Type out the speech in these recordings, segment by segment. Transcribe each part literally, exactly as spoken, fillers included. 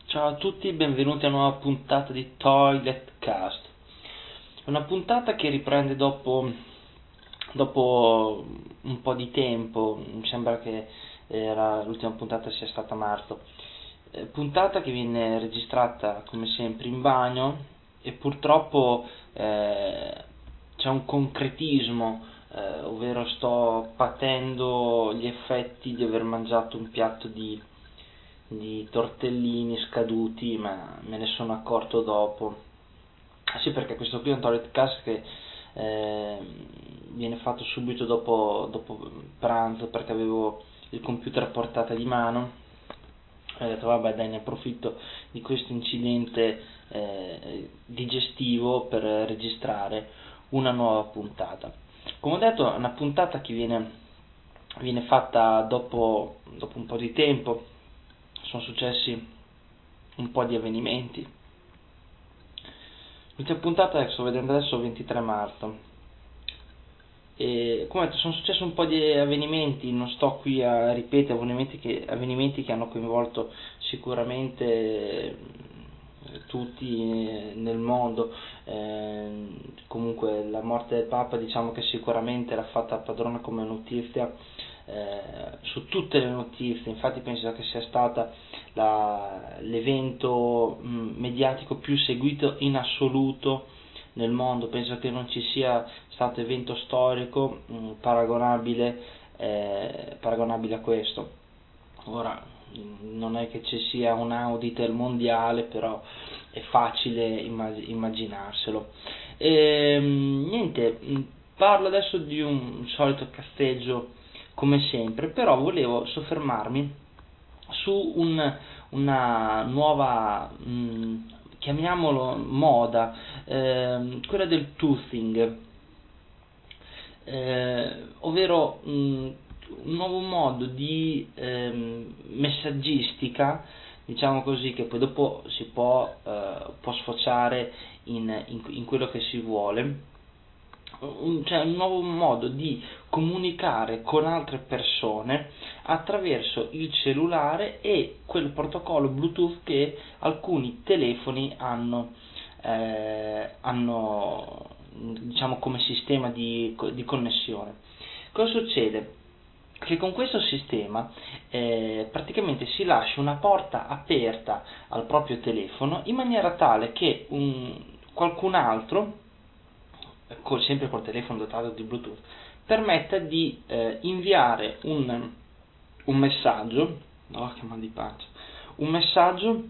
Ciao a tutti, benvenuti a una nuova puntata di Toilet Cast. Una puntata che riprende dopo, dopo un po' di tempo, mi sembra che era, l'ultima puntata sia stata a marzo. Eh, puntata che viene registrata come sempre in bagno e purtroppo eh, c'è un concretismo, eh, ovvero sto patendo gli effetti di aver mangiato un piatto di di tortellini scaduti, ma me ne sono accorto dopo. Sì, perché questo qui è un toilet cast che eh, viene fatto subito dopo, dopo pranzo, perché avevo il computer a portata di mano. Ho detto vabbè dai, ne approfitto di questo incidente eh, digestivo per registrare una nuova puntata. Come ho detto, è una puntata che viene, viene fatta dopo, dopo un po' di tempo. Sono successi un po' di avvenimenti. L'ultima puntata che sto vedendo adesso è il ventitré marzo e come detto sono successi un po' di avvenimenti, non sto qui a ripetere avvenimenti che, avvenimenti che hanno coinvolto sicuramente tutti nel mondo. Eh, comunque la morte del Papa, diciamo che sicuramente era fatta padrona come notizia eh, su tutte le notizie. Infatti penso che sia stata la, l'evento mh, mediatico più seguito in assoluto nel mondo. Penso che non ci sia stato evento storico mh, paragonabile, eh, paragonabile a questo. Ora non è che ci sia un Auditel mondiale, però è facile immag- immaginarselo. E, niente, parlo adesso di un solito casteggio come sempre, però volevo soffermarmi su un, una nuova, mh, chiamiamolo moda, eh, quella del toothing, eh, ovvero mh, un nuovo modo di ehm, messaggistica, diciamo così, che poi dopo si può, eh, può sfociare in, in, in quello che si vuole, un, cioè un nuovo modo di comunicare con altre persone attraverso il cellulare e quel protocollo Bluetooth che alcuni telefoni hanno, eh, hanno diciamo come sistema di, di connessione. Cosa succede? Che con questo sistema eh, praticamente si lascia una porta aperta al proprio telefono in maniera tale che un, qualcun altro, col, sempre col telefono dotato di Bluetooth, permetta di eh, inviare un, un messaggio, no, che mal di pancia, un messaggio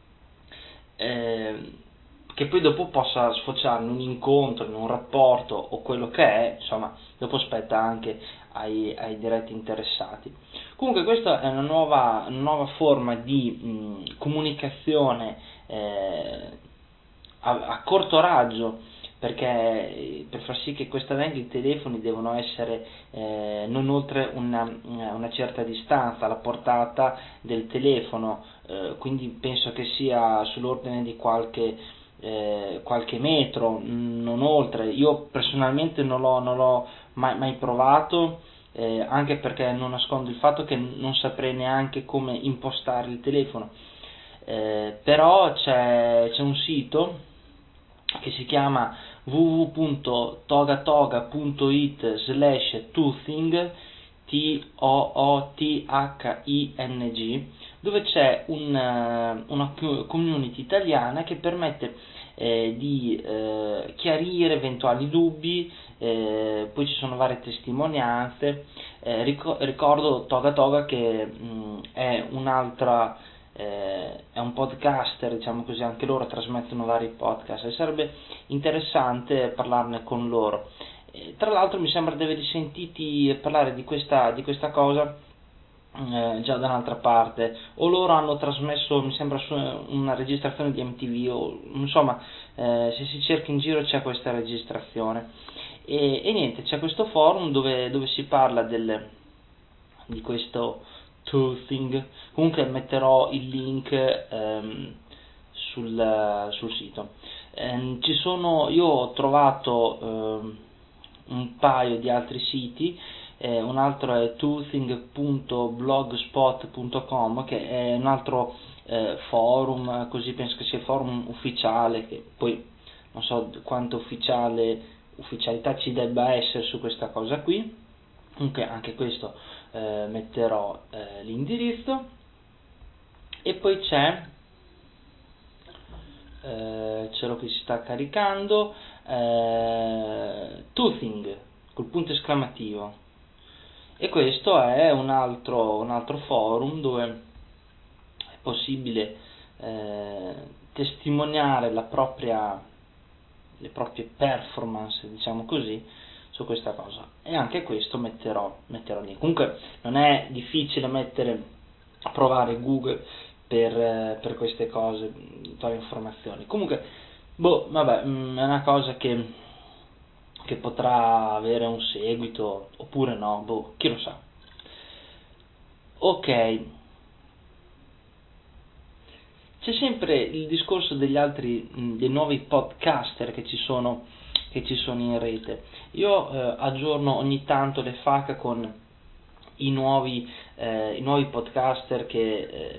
eh, che poi dopo possa sfociare in un incontro, in un rapporto o quello che è, insomma, dopo spetta anche ai, ai diretti interessati. Comunque questa è una nuova, una nuova forma di mh, comunicazione eh, a, a corto raggio, perché per far sì che questa avvenga i telefoni devono essere eh, non oltre una, una certa distanza, alla portata del telefono, eh, quindi penso che sia sull'ordine di qualche, eh, qualche metro, non oltre. Io personalmente non l'ho, non l'ho mai, mai provato, eh, anche perché non nascondo il fatto che non saprei neanche come impostare il telefono, eh, però c'è, c'è un sito che si chiama w w w punto togatoga punto it slash toothing, T O O T H I N G, dove c'è un, una community italiana che permette eh, di eh, chiarire eventuali dubbi, eh, poi ci sono varie testimonianze. Eh, ricordo Toga Toga che mh, è un'altra eh, è un podcaster, diciamo così, anche loro trasmettono vari podcast e sarebbe interessante parlarne con loro. Eh, tra l'altro mi sembra di aver sentiti parlare di questa, di questa cosa eh, già da un'altra parte, o loro hanno trasmesso, mi sembra, su una registrazione di M T V, o insomma, eh, se si cerca in giro c'è questa registrazione. E, e niente, c'è questo forum dove, dove si parla del, di questo toothing. Comunque metterò il link ehm, sul, sul sito. Ehm, ci sono, io ho trovato ehm, un paio di altri siti, eh, un altro è toothing punto blogspot punto com, che è un altro eh, forum, così penso che sia il forum ufficiale, che poi non so quanto ufficiale, ufficialità ci debba essere su questa cosa qui. Comunque anche questo eh, metterò eh, l'indirizzo. E poi c'è eh, cielo che si sta caricando, eh, Toothing col punto esclamativo, e questo è un altro, un altro forum dove è possibile eh, testimoniare la propria, le proprie performance, diciamo così, su questa cosa, e anche questo metterò, metterò lì. Comunque non è difficile mettere, provare Google per, per queste cose, trovare informazioni. Comunque, boh, vabbè, mh, è una cosa che, che potrà avere un seguito oppure no, boh, chi lo sa. Ok, c'è sempre il discorso degli altri, mh, dei nuovi podcaster che ci sono, che ci sono in rete. Io eh, aggiorno ogni tanto le F A Q con i nuovi, eh, i nuovi podcaster che, eh,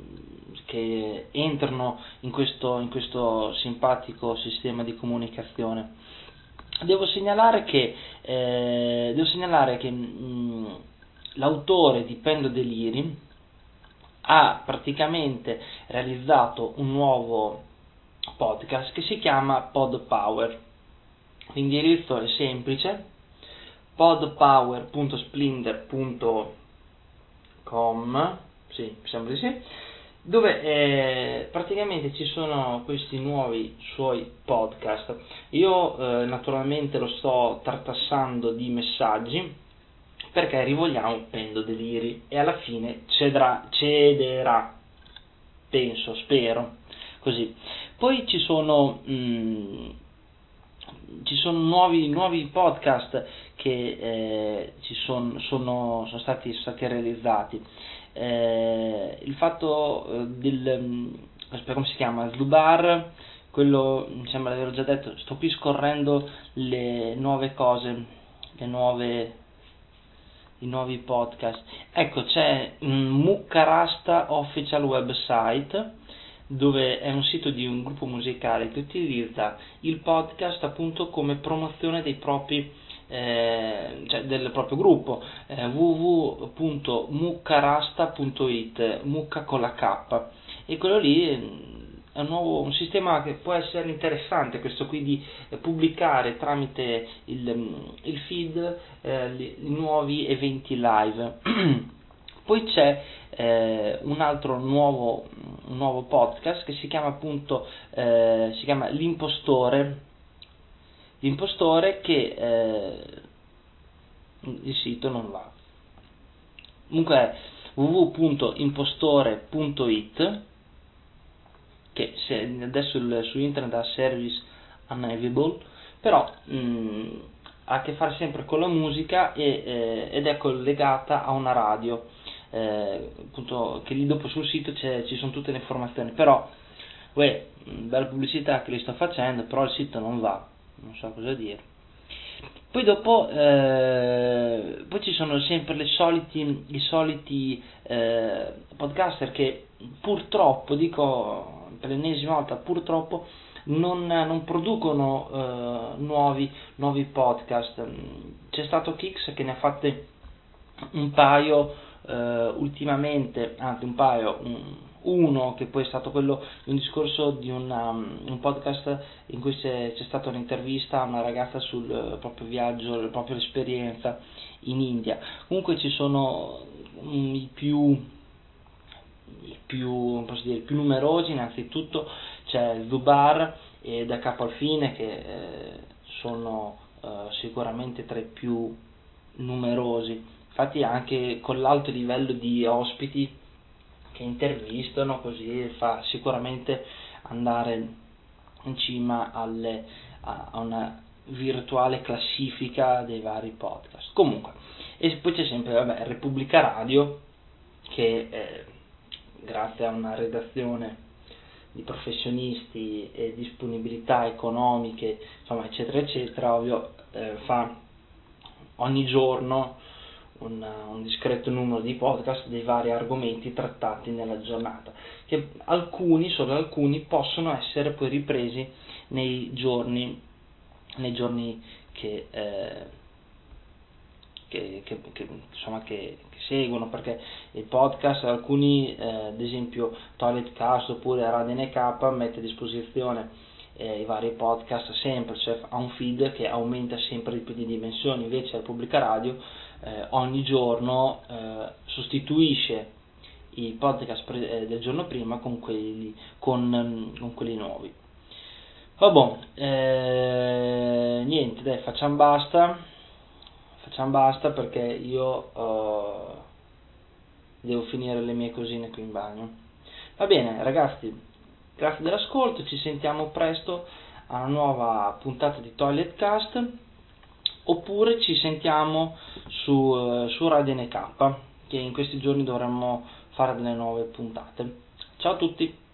che entrano in questo, in questo simpatico sistema di comunicazione. Devo segnalare che, eh, devo segnalare che mh, l'autore di Pendo Deliri ha praticamente realizzato un nuovo podcast che si chiama PodPower. L'indirizzo è semplice: podpower punto splinder punto com, sì, mi sembra di sì, dove eh, praticamente ci sono questi nuovi suoi podcast. Io eh, naturalmente lo sto tartassando di messaggi perché rivogliamo Pendo Deliri e alla fine cederà, cederà, penso, spero, così. Poi ci sono mh, ci sono nuovi, nuovi podcast che eh, ci son, sono, sono, stati, sono stati realizzati. Eh, il fatto eh, del, aspetta, come si chiama? Zlubar, quello mi sembra di averlo già detto. Sto qui scorrendo le nuove cose, le nuove, i nuovi podcast. Ecco, c'è un Muccarasta Official Website, dove è un sito di un gruppo musicale che utilizza il podcast appunto come promozione dei propri, eh, cioè del proprio gruppo, eh, w w w punto muccarasta punto it, mucca con la K, e quello lì è un nuovo un sistema che può essere interessante, questo qui di eh, pubblicare tramite il, il feed eh, i nuovi eventi live. Poi c'è eh, un altro nuovo, un nuovo podcast che si chiama appunto eh, si chiama L'Impostore. L'Impostore che eh, il sito non va. Comunque è w w w punto impostore punto it, che se adesso il, su internet ha service unavailable, però mh, ha a che fare sempre con la musica e, eh, ed è collegata a una radio, eh, appunto, che lì dopo sul sito c'è, ci sono tutte le informazioni, però uè, bella pubblicità che li sto facendo, però il sito non va, non so cosa dire. Poi dopo eh, poi ci sono sempre le soliti, i soliti eh, podcaster che purtroppo, dico per l'ennesima volta, purtroppo non, non producono eh, nuovi, nuovi podcast. C'è stato Kix che ne ha fatte un paio eh, ultimamente, anzi un paio, un, uno che poi è stato quello di un discorso di una, un podcast in cui c'è, c'è stata un'intervista a una ragazza sul eh, proprio viaggio, la propria esperienza in India. Comunque ci sono um, i più i più, posso dire, i più numerosi. Innanzitutto c'è Zubar e Da Capo al Fine, che eh, sono eh, sicuramente tra i più numerosi, infatti anche con l'alto livello di ospiti che intervistano, così fa sicuramente andare in cima alle, a, a una virtuale classifica dei vari podcast. Comunque, e poi c'è sempre, vabbè, Repubblica Radio, che eh, grazie a una redazione di professionisti e disponibilità economiche, insomma, eccetera eccetera, ovvio, eh, fa ogni giorno un, un discreto numero di podcast dei vari argomenti trattati nella giornata, che alcuni, solo alcuni, possono essere poi ripresi nei giorni, nei giorni che, eh, che, che, che, insomma, che, che seguono, perché il podcast, alcuni, eh, ad esempio ToiletCast oppure Radio N K, mette a disposizione Eh, i vari podcast sempre, cioè ha un feed che aumenta sempre di più di dimensioni. Invece la Pubblica Radio eh, ogni giorno eh, sostituisce i podcast pre- eh, del giorno prima con quelli, con, con quelli nuovi. Vabbè, eh, niente, dai, facciamo basta, facciamo basta perché io eh, devo finire le mie cosine qui in bagno. Va bene ragazzi, grazie dell'ascolto, ci sentiamo presto a una nuova puntata di ToiletCast, oppure ci sentiamo su, eh, su Radio N K, che in questi giorni dovremmo fare delle nuove puntate. Ciao a tutti!